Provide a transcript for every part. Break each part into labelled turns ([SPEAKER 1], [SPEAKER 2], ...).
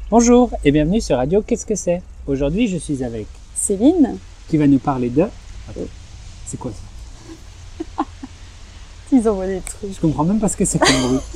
[SPEAKER 1] Bonjour et bienvenue sur Radio Qu'est-ce que c'est? Aujourd'hui, je suis avec
[SPEAKER 2] Céline,
[SPEAKER 1] qui va nous parler de... Attends, c'est quoi ça?
[SPEAKER 2] ils envoient des trucs.
[SPEAKER 1] Je comprends même pas ce que c'est comme bruit.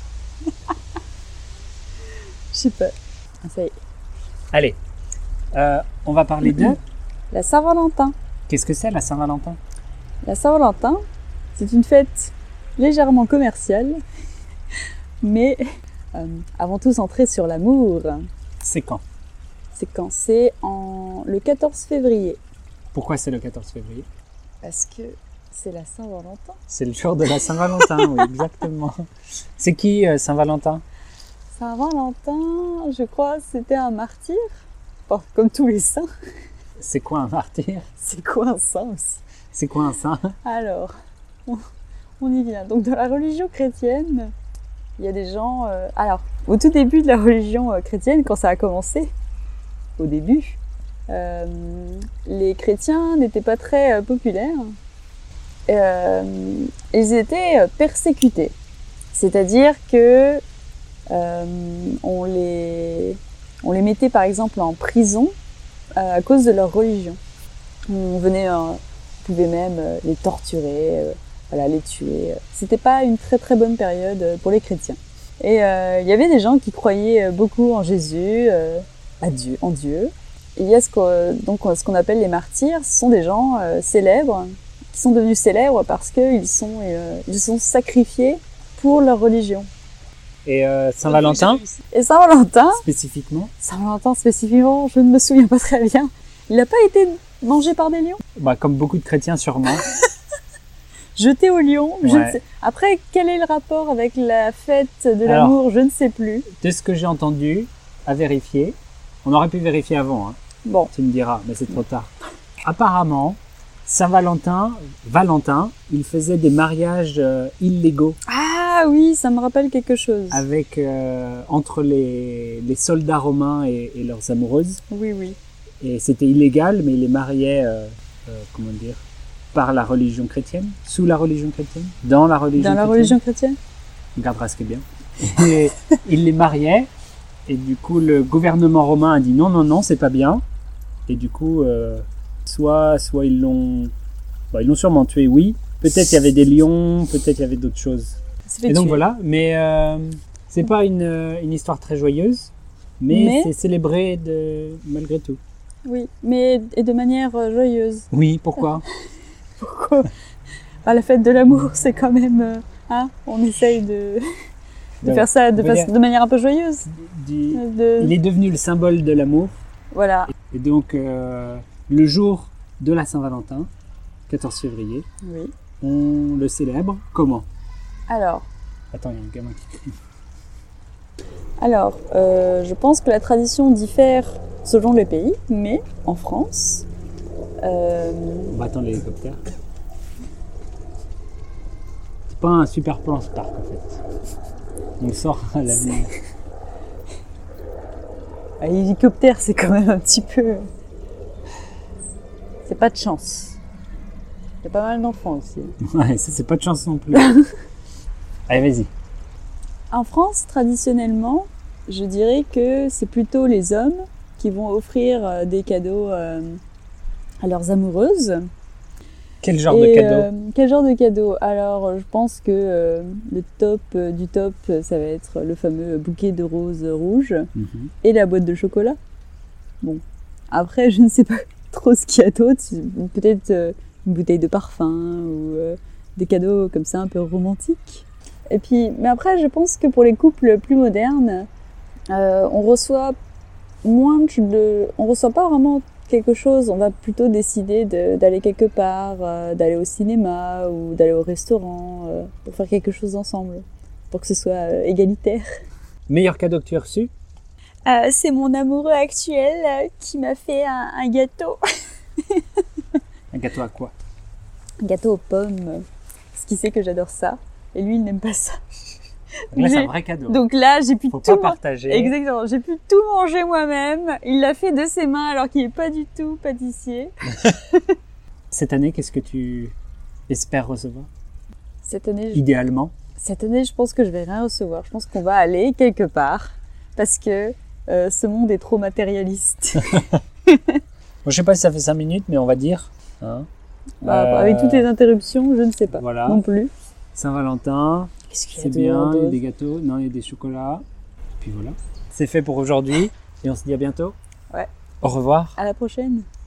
[SPEAKER 2] Je sais pas. Ah, ça y est.
[SPEAKER 1] Allez, on va parler de...
[SPEAKER 2] La Saint-Valentin.
[SPEAKER 1] Qu'est-ce que c'est la Saint-Valentin?
[SPEAKER 2] La Saint-Valentin, c'est une fête légèrement commerciale, mais avant tout centrée sur l'amour.
[SPEAKER 1] C'est quand?
[SPEAKER 2] C'est quand? C'est le 14 février.
[SPEAKER 1] Pourquoi c'est le 14 février?
[SPEAKER 2] Parce que c'est la Saint-Valentin.
[SPEAKER 1] C'est le jour de la Saint-Valentin, oui, exactement. C'est qui Saint-Valentin?
[SPEAKER 2] Saint-Valentin, je crois, c'était un martyr. Enfin, comme tous les saints.
[SPEAKER 1] C'est quoi un martyr?
[SPEAKER 2] C'est quoi un saint aussi?
[SPEAKER 1] C'est quoi un saint?
[SPEAKER 2] Alors, on y vient. Donc, dans la religion chrétienne, il y a des gens... alors, au tout début de la religion chrétienne, quand ça a commencé, au début, les chrétiens n'étaient pas très populaires. Ils étaient persécutés. C'est-à-dire que on les mettait par exemple en prison à cause de leur religion. On pouvait même les torturer, les tuer. C'était pas une très très bonne période pour les chrétiens. Et il y avait des gens qui croyaient beaucoup en Jésus, en Dieu. Et il y a ce qu'on appelle les martyrs. Ce sont des gens célèbres qui sont devenus célèbres parce qu'ils sont sacrifiés pour leur religion.
[SPEAKER 1] Et Saint-Valentin?
[SPEAKER 2] Et Saint-Valentin
[SPEAKER 1] Spécifiquement?
[SPEAKER 2] Saint-Valentin spécifiquement, je ne me souviens pas très bien. Il n'a pas été mangé par des lions?
[SPEAKER 1] Bah, comme beaucoup de chrétiens sûrement.
[SPEAKER 2] Jeté aux lions,
[SPEAKER 1] Ouais.
[SPEAKER 2] je ne sais. Après, quel est le rapport avec la fête de l'amour? Je ne sais plus.
[SPEAKER 1] De ce que j'ai entendu, à vérifier, on aurait pu vérifier avant, hein.
[SPEAKER 2] Bon,
[SPEAKER 1] Tu me diras, mais c'est trop tard. Apparemment, Valentin, il faisait des mariages illégaux
[SPEAKER 2] ah oui, ça me rappelle quelque chose.
[SPEAKER 1] avec entre les soldats romains et leurs amoureuses.
[SPEAKER 2] Oui, oui.
[SPEAKER 1] Et c'était illégal, mais il les mariait, comment dire, par la religion chrétienne, sous la religion chrétienne, dans la religion
[SPEAKER 2] Dans la
[SPEAKER 1] chrétienne.
[SPEAKER 2] religion chrétienne?
[SPEAKER 1] On gardera ce qui est bien. Et il les mariait, et du coup, le gouvernement romain a dit non, c'est pas bien. Et du coup, soit ils l'ont sûrement tué, oui. Peut-être il y avait des lions, peut-être il y avait d'autres choses.
[SPEAKER 2] C'est fait
[SPEAKER 1] Et donc
[SPEAKER 2] tuer.
[SPEAKER 1] voilà, mais c'est pas une histoire très joyeuse, mais c'est célébré malgré tout.
[SPEAKER 2] Oui, mais et de manière joyeuse.
[SPEAKER 1] Oui, pourquoi?
[SPEAKER 2] Pourquoi? Bah, la fête de l'amour, c'est quand même... on essaye de faire ça de manière un peu joyeuse.
[SPEAKER 1] Il est devenu le symbole de l'amour.
[SPEAKER 2] Voilà.
[SPEAKER 1] Et donc, le jour de la Saint-Valentin, 14 février,
[SPEAKER 2] Oui.
[SPEAKER 1] on le célèbre comment?
[SPEAKER 2] Alors,
[SPEAKER 1] Attends, il y a un gamin qui crie.
[SPEAKER 2] je pense que la tradition diffère selon les pays, mais en France...
[SPEAKER 1] On va attendre l'hélicoptère. C'est pas un super plan ce parc en fait. On sort à l'avenir.
[SPEAKER 2] l'hélicoptère, c'est quand même un petit peu... C'est pas de chance. Il y a pas mal d'enfants aussi.
[SPEAKER 1] Ouais, ça c'est pas de chance non plus. Allez, vas-y.
[SPEAKER 2] En France, traditionnellement, je dirais que c'est plutôt les hommes qui vont offrir des cadeaux à leurs amoureuses.
[SPEAKER 1] Quel genre de cadeau?
[SPEAKER 2] Quel genre de cadeau? Alors, je pense que le top du top, ça va être le fameux bouquet de roses rouges
[SPEAKER 1] Mhm.
[SPEAKER 2] et la boîte de chocolat. Bon, après, je ne sais pas trop ce qu'il y a d'autre. Peut-être une bouteille de parfum ou des cadeaux comme ça un peu romantiques. Et puis, mais après, je pense que pour les couples plus modernes, on reçoit on reçoit pas vraiment quelque chose. On va plutôt décider d'aller quelque part, d'aller au cinéma ou d'aller au restaurant pour faire quelque chose ensemble, pour que ce soit égalitaire.
[SPEAKER 1] Meilleur cadeau que tu as reçu?
[SPEAKER 2] C'est mon amoureux actuel qui m'a fait un gâteau.
[SPEAKER 1] Un gâteau à quoi?
[SPEAKER 2] Un gâteau aux pommes. Parce qu'il sait que j'adore ça. Et lui, il n'aime pas ça.
[SPEAKER 1] Donc là, c'est un vrai cadeau.
[SPEAKER 2] Donc là, j'ai pu
[SPEAKER 1] Faut
[SPEAKER 2] tout
[SPEAKER 1] pas partager.
[SPEAKER 2] Exactement, j'ai pu tout manger moi-même. Il l'a fait de ses mains alors qu'il n'est pas du tout pâtissier.
[SPEAKER 1] Cette année, qu'est-ce que tu espères recevoir?
[SPEAKER 2] Cette année,
[SPEAKER 1] Idéalement?
[SPEAKER 2] je pense que je vais rien recevoir. Je pense qu'on va aller quelque part parce que ce monde est trop matérialiste.
[SPEAKER 1] Bon, je sais pas si ça fait 5 minutes, mais on va dire. Hein.
[SPEAKER 2] Avec toutes les interruptions, je ne sais pas
[SPEAKER 1] Voilà.
[SPEAKER 2] non plus.
[SPEAKER 1] Saint-Valentin,
[SPEAKER 2] Qu'est-ce qu'il y a
[SPEAKER 1] c'est
[SPEAKER 2] de
[SPEAKER 1] bien, il y a
[SPEAKER 2] dose
[SPEAKER 1] des gâteaux, non, il y a des chocolats. Puis voilà. C'est fait pour aujourd'hui et on se dit à bientôt.
[SPEAKER 2] Ouais.
[SPEAKER 1] Au revoir.
[SPEAKER 2] À la prochaine.